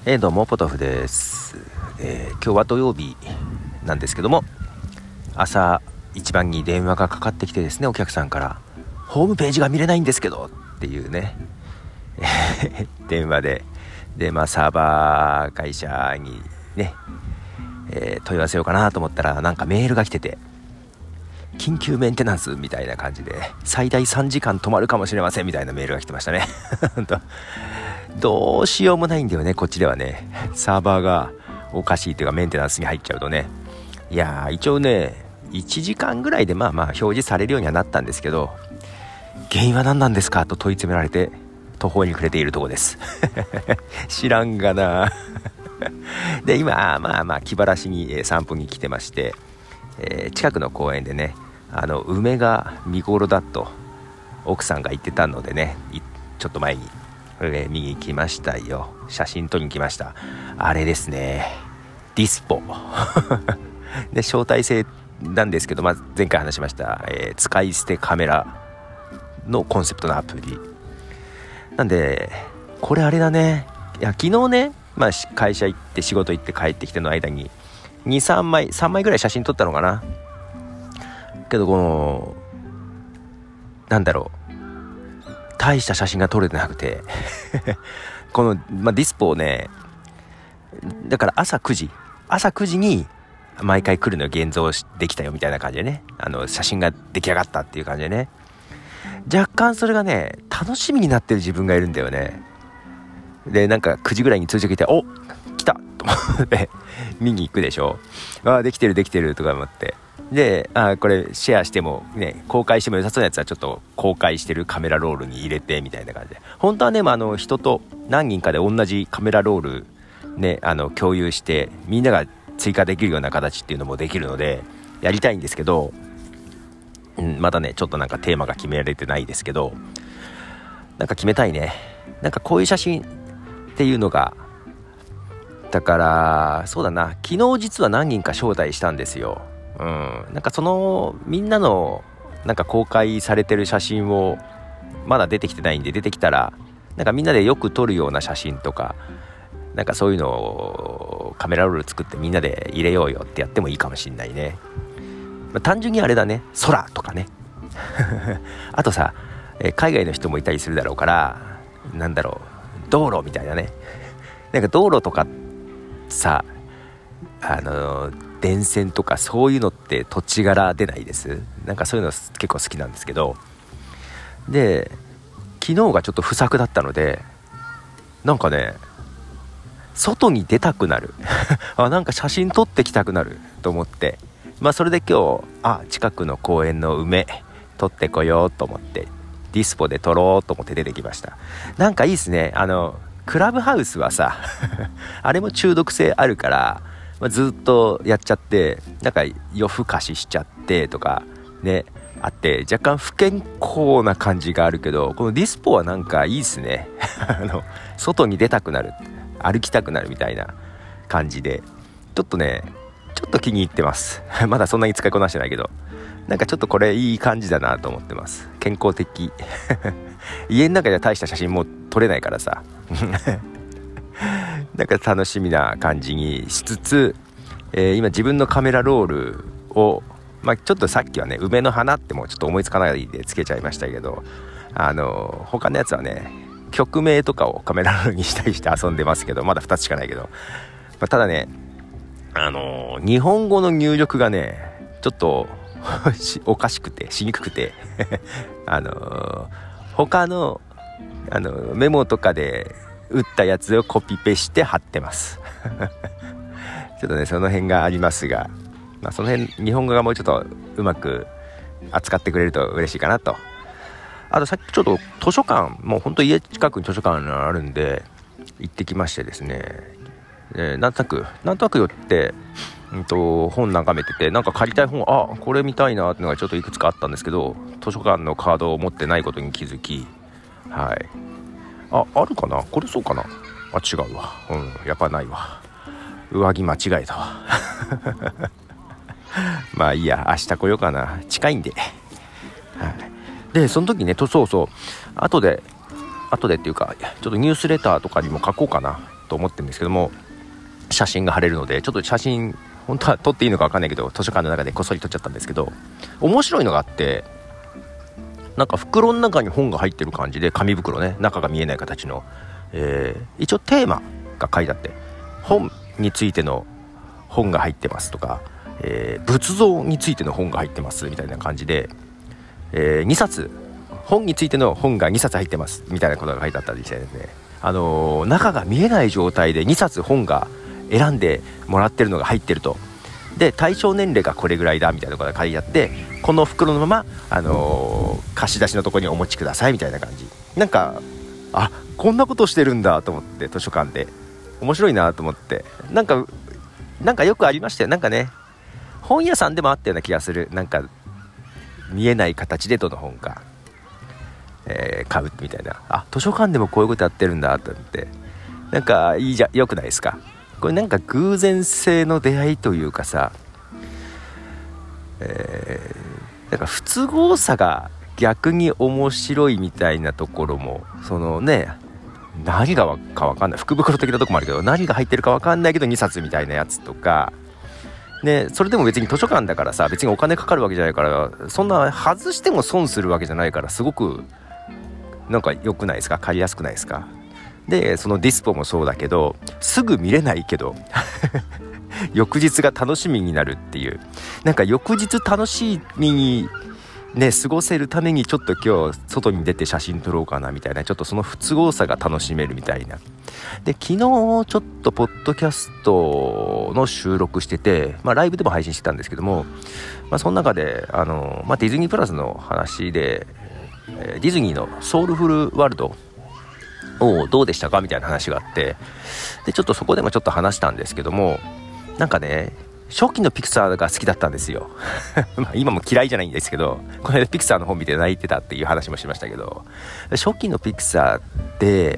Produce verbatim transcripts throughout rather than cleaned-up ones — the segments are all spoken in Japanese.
えー、どうもポトフです、えー、今日は土曜日なんですけども、朝一番に電話がかかってきてですね、お客さんからホームページが見れないんですけどっていうね電話でで、まあ、サーバー会社にね、えー、問い合わせようかなと思ったら、なんかメールが来てて、緊急メンテナンスみたいな感じで最大さんじかん止まるかもしれませんみたいなメールが来てましたねどうしようもないんだよね、こっちではね。サーバーがおかしいというか、メンテナンスに入っちゃうとね。いやー、一応ねいちじかんぐらいでまあまあ表示されるようにはなったんですけど、原因は何なんですかと問い詰められて途方に暮れているところです知らんがなで、今まあまあ気晴らしに散歩に来てまして、えー、近くの公園でね、あの梅が見頃だと奥さんが言ってたのでね、ちょっと前にえー、見に来ましたよ。写真撮りに来ました。あれですね、ディスポで、招待制なんですけど、まあ、前回話しました、えー、使い捨てカメラのコンセプトのアプリなんで、これあれだね。いや、昨日ね、まあ、会社行って仕事行って帰ってきての間ににさんまいさんまいぐらい写真撮ったのかな。けどこのなんだろう、大した写真が撮れてなくてこの、まあ、ディスポをね、だから朝くじ朝くじに毎回来るのよ、現像できたよみたいな感じでね、あの写真が出来上がったっていう感じでね、若干それがね楽しみになってる自分がいるんだよね。で、なんかくじぐらいに通知が来て、お来たと思って見に行くでしょ。あ、できてるできてるとか思って、で、あ、これシェアしてもね、公開しても良さそうなやつはちょっと公開してるカメラロールに入れてみたいな感じで、本当はね、まあ、あの人と何人かで同じカメラロールね、あの共有してみんなが追加できるような形っていうのもできるのでやりたいんですけど、うん、まだねちょっとなんかテーマが決められてないですけど、なんか決めたいね。なんかこういう写真っていうのが、だからそうだな、昨日実は何人か招待したんですよ。うん、なんかそのみんなのなんか公開されてる写真をまだ出てきてないんで、出てきたらなんかみんなでよく撮るような写真とか、なんかそういうのをカメラロール作ってみんなで入れようよってやってもいいかもしんないね。まあ、単純にあれだね、空とかねあとさ、え海外の人もいたりするだろうから、なんだろう、道路みたいなね、なんか道路とかさ、あのー電線とかそういうのって土地柄出ないです。なんかそういうの結構好きなんですけど、で昨日がちょっと不作だったので、なんかね外に出たくなるあ、なんか写真撮ってきたくなると思って、まあそれで今日、あ、近くの公園の梅撮ってこようと思ってディスポで撮ろうと思って出てきました。なんかいいですね。あのクラブハウスはさあれも中毒性あるから、まあ、ずっとやっちゃって、なんか夜更かししちゃってとかね、あって若干不健康な感じがあるけど、このディスポはなんかいいですねあの外に出たくなる、歩きたくなるみたいな感じで、ちょっとねちょっと気に入ってますまだそんなに使いこなしてないけど、なんかちょっとこれいい感じだなと思ってます。健康的家の中では大した写真も撮れないからさなんか楽しみな感じにしつつ、えー、今自分のカメラロールを、まあ、ちょっとさっきはね梅の花ってもうちょっと思いつかないでつけちゃいましたけど、あの他のやつはね曲名とかをカメラロールにしたりして遊んでますけど、まだふたつしかないけど、まあ、ただね、あの日本語の入力がねちょっとおかしくてしにくくてあの他のあのメモとかで打ったやつをコピペして貼ってますちょっとねその辺がありますが、まあ、その辺日本語がもうちょっとうまく扱ってくれると嬉しいかなと。あとさっきちょっと図書館、もうほんと家近くに図書館があるんで行ってきましてですね、えなんとなくなんとなく寄って、うん、と本眺めてて、なんか借りたい本、あ、これ見たいなっていうのがちょっといくつかあったんですけど、図書館のカードを持ってないことに気づき、はい、あ、あるかな、これそうかな、あ、違うわ、うん、やっぱないわ、上着間違えたわまあいいや、明日来ようかな、近いんで、はい、でその時ねとそうそう後で後でっていうかちょっとニュースレターとかにも書こうかな。 と思ってるんですけども、写真が貼れるのでちょっと写真本当は撮っていいのか分かんないけど図書館の中でこっそり撮っちゃったんですけど、面白いのがあって、なんか袋の中に本が入ってる感じで、紙袋ね、中が見えない形の、えー、一応テーマが書いてあって、本についての本が入ってますとか、えー、仏像についての本が入ってますみたいな感じで、えー、にさつ本についての本がにさつ入ってますみたいなことが書いてあったりしてですね、あのー、中が見えない状態でにさつ本が選んでもらってるのが入ってると。で対象年齢がこれぐらいだみたいなことが書いてあって、この袋のまま、あのー、貸し出しのところにお持ちくださいみたいな感じ。なんかあこんなことしてるんだと思って、図書館で面白いなと思って、なんかなんかよくありましたよ。なんかね、本屋さんでもあったような気がする。なんか見えない形でどの本か、えー、買うみたいな。あ図書館でもこういうことやってるんだと思って、なんかいいじゃよくないですか。これなんか偶然性の出会いというかさ、えー、なんか不都合さが逆に面白いみたいなところも、そのね、何がか分かんない、福袋的なとこもあるけど、何が入ってるか分かんないけどにさつみたいなやつとかね、それでも別に図書館だからさ、別にお金かかるわけじゃないから、そんな外しても損するわけじゃないから、すごくなんか良くないですか、借りやすくないですか。でそのディスポもそうだけど、すぐ見れないけど翌日が楽しみになるっていう、なんか翌日楽しみにね過ごせるために、ちょっと今日外に出て写真撮ろうかなみたいな、ちょっとその不都合さが楽しめるみたいな。で昨日ちょっとポッドキャストの収録してて、まあライブでも配信してたんですけども、まあその中であの、まあ、ディズニープラスの話で、えー、ディズニーのソウルフルワールドをどうでしたかみたいな話があって、でちょっとそこでもちょっと話したんですけども、なんかね初期のピクサーが好きだったんですよまあ今も嫌いじゃないんですけど、この間ピクサーの本見て泣いてたっていう話もしましたけど、初期のピクサーって、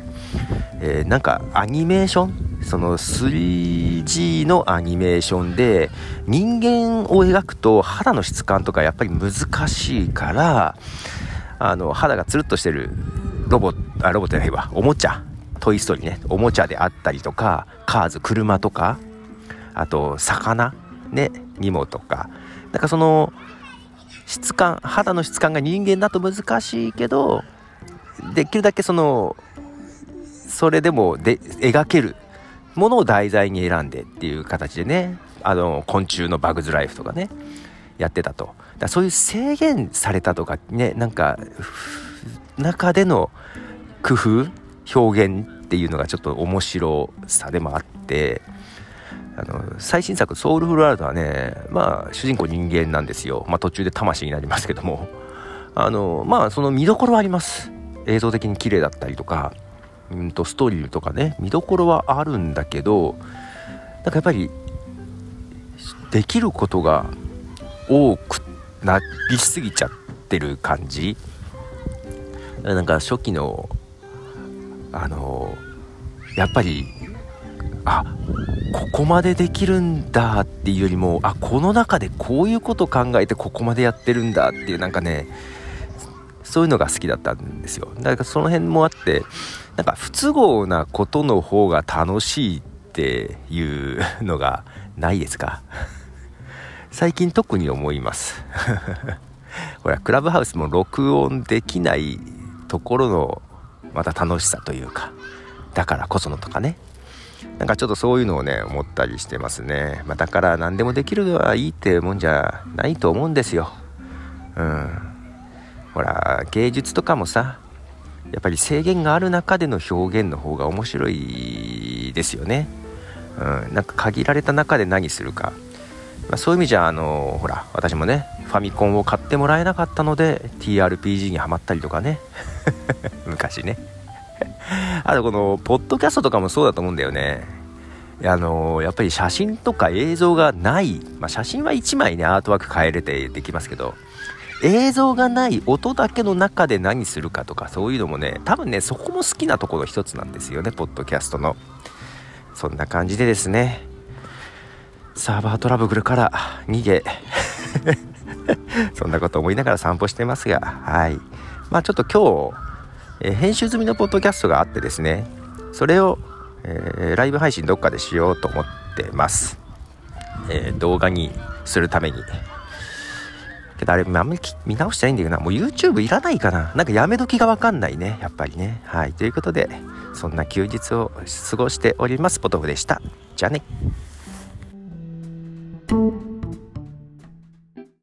えー、なんかアニメーション、その スリージー のアニメーションで人間を描くと肌の質感とかやっぱり難しいから、あの肌がつるっとしてるロボあロボットじゃないわ、おもちゃ、トイストーリーね、おもちゃであったりとか、カーズ、車とか、あと魚ね、ニモとか、なんかその質感、肌の質感が人間だと難しいけど、できるだけそのそれでもで描けるものを題材に選んでっていう形でね、あの昆虫のバグズライフとかねやってたと。だそういう制限されたとかね、なんか中での工夫表現っていうのがちょっと面白さでもあって、あの最新作ソウルフルワールドはね、まあ主人公人間なんですよ。まあ途中で魂になりますけども、あのまあその見どころはあります。映像的に綺麗だったりとか、うんとストーリーとかね、見どころはあるんだけど、なんかやっぱりできることが多くなりすぎちゃってる感じ。なんか初期のあのやっぱりあここまでできるんだっていうよりも、あこの中でこういうこと考えてここまでやってるんだっていう、なんかねそういうのが好きだったんですよ。だからその辺もあって、なんか不都合なことの方が楽しいっていうのがないですか最近特に思いますほらクラブハウスも録音できないところのまた楽しさというか、だからこそのとかね、なんかちょっとそういうのをね思ったりしてますね。まあ、だから何でもできるのはいいってもんじゃないと思うんですよ。うんほら芸術とかもさ、やっぱり制限がある中での表現の方が面白いですよね。うんなんか限られた中で何するか、まあ、そういう意味じゃあのほら私もねファミコンを買ってもらえなかったので ティーアールピージー にハマったりとかね昔ねあとこのポッドキャストとかもそうだと思うんだよね。あのやっぱり写真とか映像がない、まあ、写真はいちまいねアートワーク変えれてできますけど、映像がない音だけの中で何するかとか、そういうのもね多分ねそこも好きなところ一つなんですよね、ポッドキャストの。そんな感じでですね、サーバートラブルから逃げそんなこと思いながら散歩してますが、はいまあちょっと今日、えー、編集済みのポッドキャストがあってですね、それをえー、ライブ配信どっかでしようと思ってます、えー、動画にするために。けどあれあんまり見直してないんだけどな、もう YouTube いらないかな、なんかやめ時が分かんないね、やっぱりね。はい、ということでそんな休日を過ごしております。ポトフでした。じゃあね。